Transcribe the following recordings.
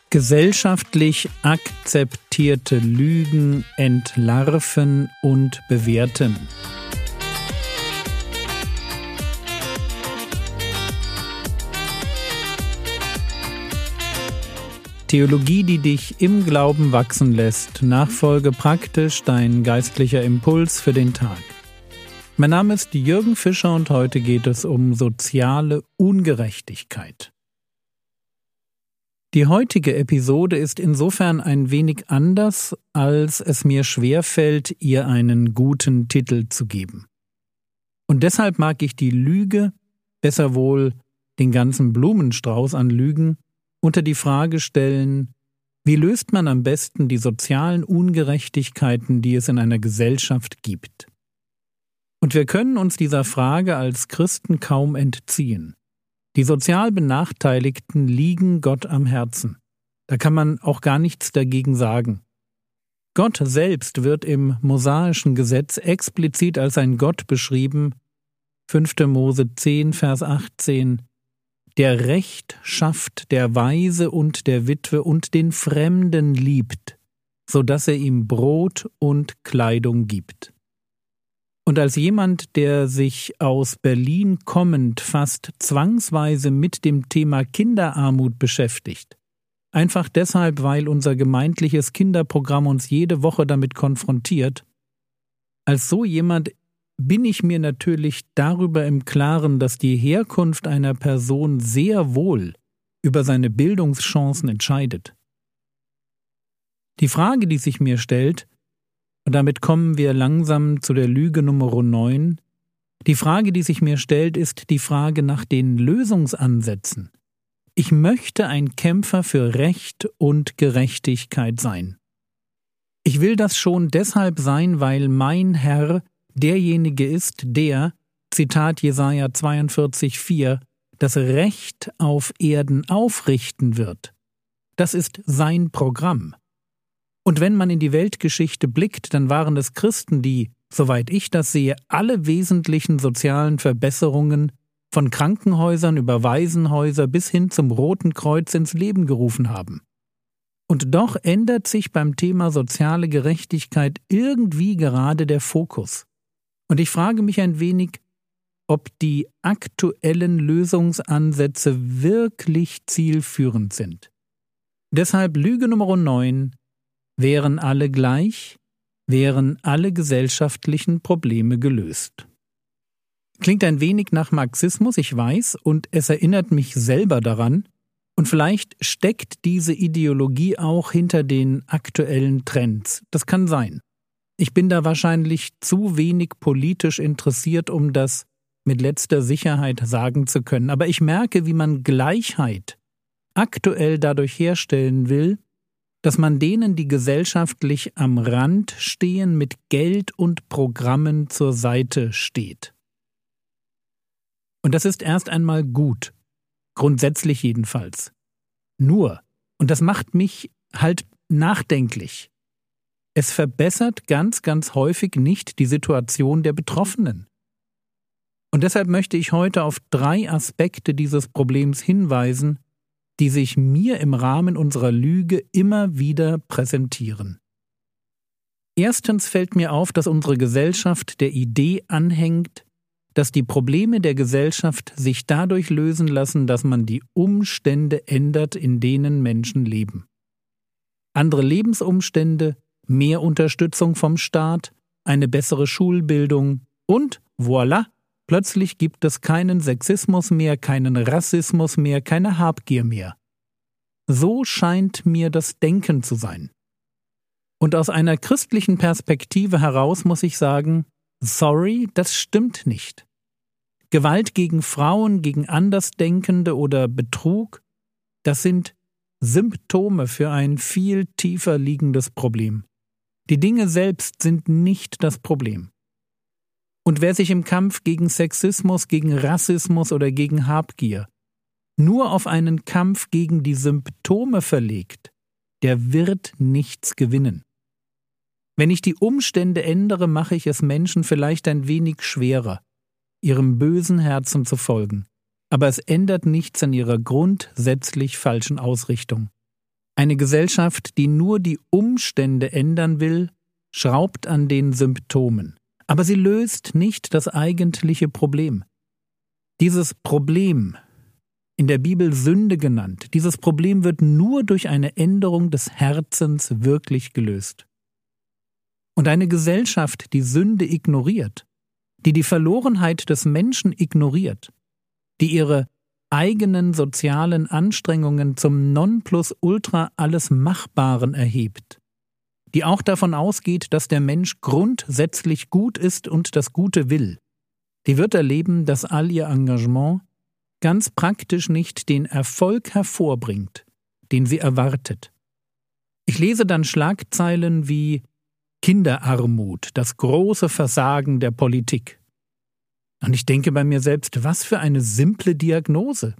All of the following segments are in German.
Gesellschaftlich akzeptierte Lügen entlarven und bewerten. Theologie, die dich im Glauben wachsen lässt. Nachfolge praktisch, dein geistlicher Impuls für den Tag. Mein Name ist Jürgen Fischer und heute geht es um soziale Ungerechtigkeit. Die heutige Episode ist insofern ein wenig anders, als es mir schwerfällt, ihr einen guten Titel zu geben. Und deshalb mag ich die Lüge, besser wohl den ganzen Blumenstrauß an Lügen, unter die Frage stellen, wie löst man am besten die sozialen Ungerechtigkeiten, die es in einer Gesellschaft gibt? Und wir können uns dieser Frage als Christen kaum entziehen. Die sozial Benachteiligten liegen Gott am Herzen. Da kann man auch gar nichts dagegen sagen. Gott selbst wird im mosaischen Gesetz explizit als ein Gott beschrieben, 5. Mose 10, Vers 18, der Recht schafft, der Waise und der Witwe und den Fremden liebt, so dass er ihm Brot und Kleidung gibt. Und als jemand, der sich aus Berlin kommend fast zwangsweise mit dem Thema Kinderarmut beschäftigt, einfach deshalb, weil unser gemeindliches Kinderprogramm uns jede Woche damit konfrontiert, als so jemand bin ich mir natürlich darüber im Klaren, dass die Herkunft einer Person sehr wohl über seine Bildungschancen entscheidet. Die Frage, die sich mir stellt, und damit kommen wir langsam zu der Lüge Nummer 9. Die Frage, die sich mir stellt, ist die Frage nach den Lösungsansätzen. Ich möchte ein Kämpfer für Recht und Gerechtigkeit sein. Ich will das schon deshalb sein, weil mein Herr derjenige ist, der, Zitat Jesaja 42,4, das Recht auf Erden aufrichten wird. Das ist sein Programm. Und wenn man in die Weltgeschichte blickt, dann waren es Christen, die, soweit ich das sehe, alle wesentlichen sozialen Verbesserungen von Krankenhäusern über Waisenhäuser bis hin zum Roten Kreuz ins Leben gerufen haben. Und doch ändert sich beim Thema soziale Gerechtigkeit irgendwie gerade der Fokus. Und ich frage mich ein wenig, ob die aktuellen Lösungsansätze wirklich zielführend sind. Deshalb Lüge Nummer 9. Wären alle gleich, wären alle gesellschaftlichen Probleme gelöst. Klingt ein wenig nach Marxismus, ich weiß, und es erinnert mich selber daran, und vielleicht steckt diese Ideologie auch hinter den aktuellen Trends. Das kann sein. Ich bin da wahrscheinlich zu wenig politisch interessiert, um das mit letzter Sicherheit sagen zu können. Aber ich merke, wie man Gleichheit aktuell dadurch herstellen will, dass man denen, die gesellschaftlich am Rand stehen, mit Geld und Programmen zur Seite steht. Und das ist erst einmal gut, grundsätzlich jedenfalls. Nur, und das macht mich halt nachdenklich, es verbessert ganz, ganz häufig nicht die Situation der Betroffenen. Und deshalb möchte ich heute auf 3 Aspekte dieses Problems hinweisen, die sich mir im Rahmen unserer Lüge immer wieder präsentieren. Erstens fällt mir auf, dass unsere Gesellschaft der Idee anhängt, dass die Probleme der Gesellschaft sich dadurch lösen lassen, dass man die Umstände ändert, in denen Menschen leben. Andere Lebensumstände, mehr Unterstützung vom Staat, eine bessere Schulbildung und voilà! Plötzlich gibt es keinen Sexismus mehr, keinen Rassismus mehr, keine Habgier mehr. So scheint mir das Denken zu sein. Und aus einer christlichen Perspektive heraus muss ich sagen, sorry, das stimmt nicht. Gewalt gegen Frauen, gegen Andersdenkende oder Betrug, das sind Symptome für ein viel tiefer liegendes Problem. Die Dinge selbst sind nicht das Problem. Und wer sich im Kampf gegen Sexismus, gegen Rassismus oder gegen Habgier nur auf einen Kampf gegen die Symptome verlegt, der wird nichts gewinnen. Wenn ich die Umstände ändere, mache ich es Menschen vielleicht ein wenig schwerer, ihrem bösen Herzen zu folgen. Aber es ändert nichts an ihrer grundsätzlich falschen Ausrichtung. Eine Gesellschaft, die nur die Umstände ändern will, schraubt an den Symptomen, aber sie löst nicht das eigentliche Problem. Dieses Problem, in der Bibel Sünde genannt, dieses Problem wird nur durch eine Änderung des Herzens wirklich gelöst. Und eine Gesellschaft, die Sünde ignoriert, die die Verlorenheit des Menschen ignoriert, die ihre eigenen sozialen Anstrengungen zum Nonplusultra alles Machbaren erhebt, die auch davon ausgeht, dass der Mensch grundsätzlich gut ist und das Gute will, die wird erleben, dass all ihr Engagement ganz praktisch nicht den Erfolg hervorbringt, den sie erwartet. Ich lese dann Schlagzeilen wie Kinderarmut, das große Versagen der Politik. Und ich denke bei mir selbst, was für eine simple Diagnose.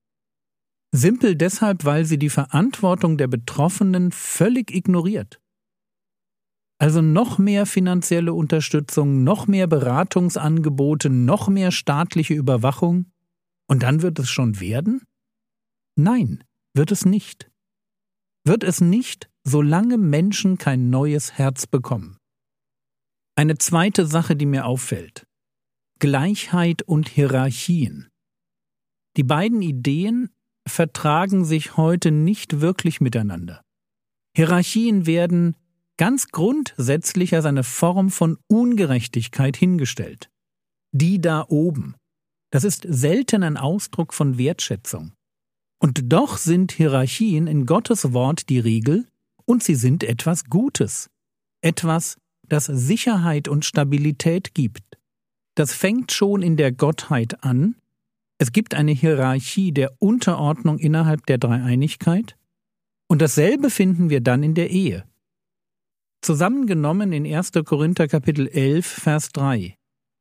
Simpel deshalb, weil sie die Verantwortung der Betroffenen völlig ignoriert. Also noch mehr finanzielle Unterstützung, noch mehr Beratungsangebote, noch mehr staatliche Überwachung. Und dann wird es schon werden? Nein, wird es nicht. Wird es nicht, solange Menschen kein neues Herz bekommen. Eine zweite Sache, die mir auffällt: Gleichheit und Hierarchien. Die beiden Ideen vertragen sich heute nicht wirklich miteinander. Hierarchien werden ganz grundsätzlich als eine Form von Ungerechtigkeit hingestellt. Die da oben. Das ist selten ein Ausdruck von Wertschätzung. Und doch sind Hierarchien in Gottes Wort die Regel und sie sind etwas Gutes. Etwas, das Sicherheit und Stabilität gibt. Das fängt schon in der Gottheit an. Es gibt eine Hierarchie der Unterordnung innerhalb der Dreieinigkeit. Und dasselbe finden wir dann in der Ehe. Zusammengenommen in 1. Korinther Kapitel 11, Vers 3.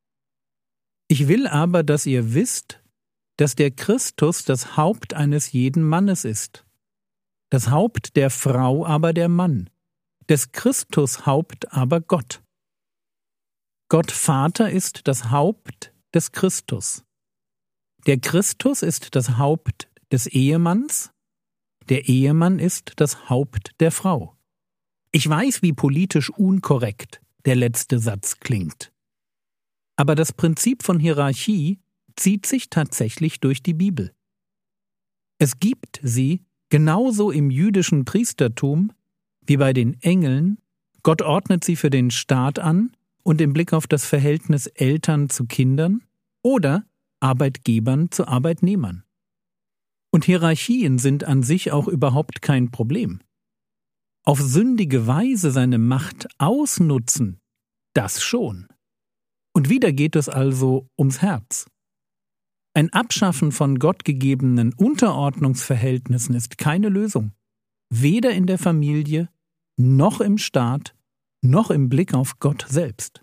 Ich will aber, dass ihr wisst, dass der Christus das Haupt eines jeden Mannes ist. Das Haupt der Frau aber der Mann, des Christus Haupt aber Gott. Gott Vater ist das Haupt des Christus. Der Christus ist das Haupt des Ehemanns, der Ehemann ist das Haupt der Frau. Ich weiß, wie politisch unkorrekt der letzte Satz klingt. Aber das Prinzip von Hierarchie zieht sich tatsächlich durch die Bibel. Es gibt sie genauso im jüdischen Priestertum wie bei den Engeln. Gott ordnet sie für den Staat an und im Blick auf das Verhältnis Eltern zu Kindern oder Arbeitgebern zu Arbeitnehmern. Und Hierarchien sind an sich auch überhaupt kein Problem. Auf sündige Weise seine Macht ausnutzen, das schon. Und wieder geht es also ums Herz. Ein Abschaffen von gottgegebenen Unterordnungsverhältnissen ist keine Lösung. Weder in der Familie, noch im Staat, noch im Blick auf Gott selbst.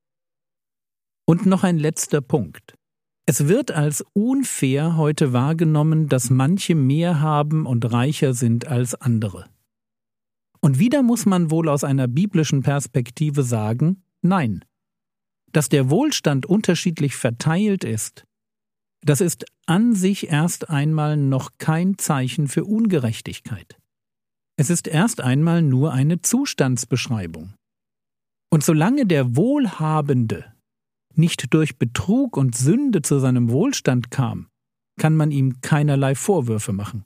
Und noch ein letzter Punkt. Es wird als unfair heute wahrgenommen, dass manche mehr haben und reicher sind als andere. Und wieder muss man wohl aus einer biblischen Perspektive sagen, nein. Dass der Wohlstand unterschiedlich verteilt ist, das ist an sich erst einmal noch kein Zeichen für Ungerechtigkeit. Es ist erst einmal nur eine Zustandsbeschreibung. Und solange der Wohlhabende nicht durch Betrug und Sünde zu seinem Wohlstand kam, kann man ihm keinerlei Vorwürfe machen.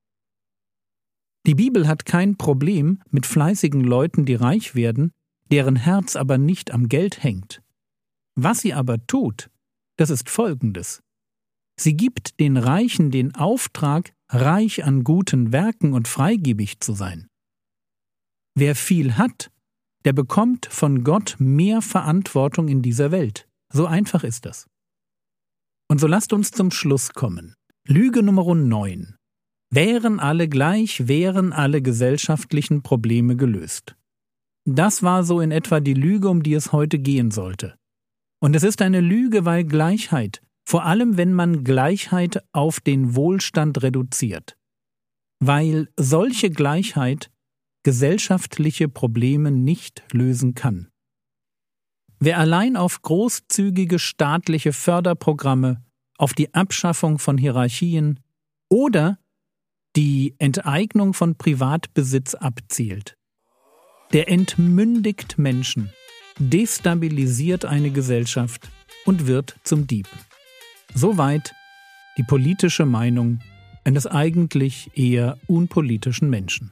Die Bibel hat kein Problem mit fleißigen Leuten, die reich werden, deren Herz aber nicht am Geld hängt. Was sie aber tut, das ist Folgendes. Sie gibt den Reichen den Auftrag, reich an guten Werken und freigebig zu sein. Wer viel hat, der bekommt von Gott mehr Verantwortung in dieser Welt. So einfach ist das. Und so lasst uns zum Schluss kommen. Lüge Nummer 9. Wären alle gleich, wären alle gesellschaftlichen Probleme gelöst. Das war so in etwa die Lüge, um die es heute gehen sollte. Und es ist eine Lüge, weil Gleichheit, vor allem wenn man Gleichheit auf den Wohlstand reduziert, weil solche Gleichheit gesellschaftliche Probleme nicht lösen kann. Wer allein auf großzügige staatliche Förderprogramme, auf die Abschaffung von Hierarchien oder die Enteignung von Privatbesitz abzielt. Der entmündigt Menschen, destabilisiert eine Gesellschaft und wird zum Dieb. Soweit die politische Meinung eines eigentlich eher unpolitischen Menschen.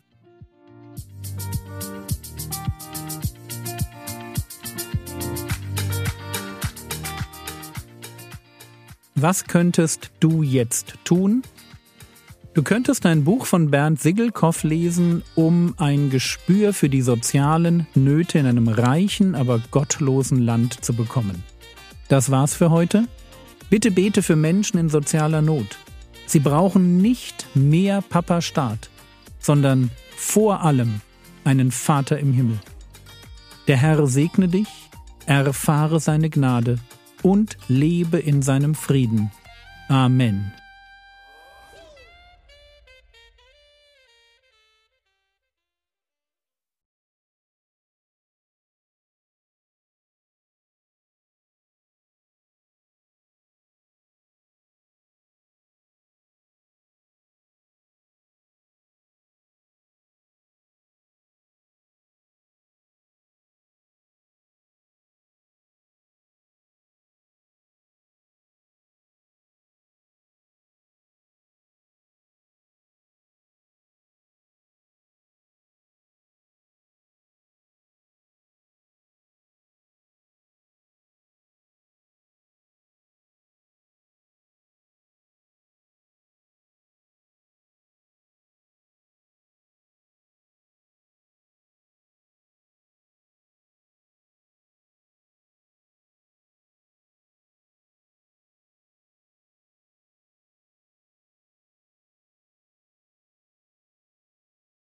Was könntest du jetzt tun? Du könntest ein Buch von Bernd Sigelkoff lesen, um ein Gespür für die sozialen Nöte in einem reichen, aber gottlosen Land zu bekommen. Das war's für heute. Bitte bete für Menschen in sozialer Not. Sie brauchen nicht mehr Papa-Staat, sondern vor allem einen Vater im Himmel. Der Herr segne dich, erfahre seine Gnade und lebe in seinem Frieden. Amen.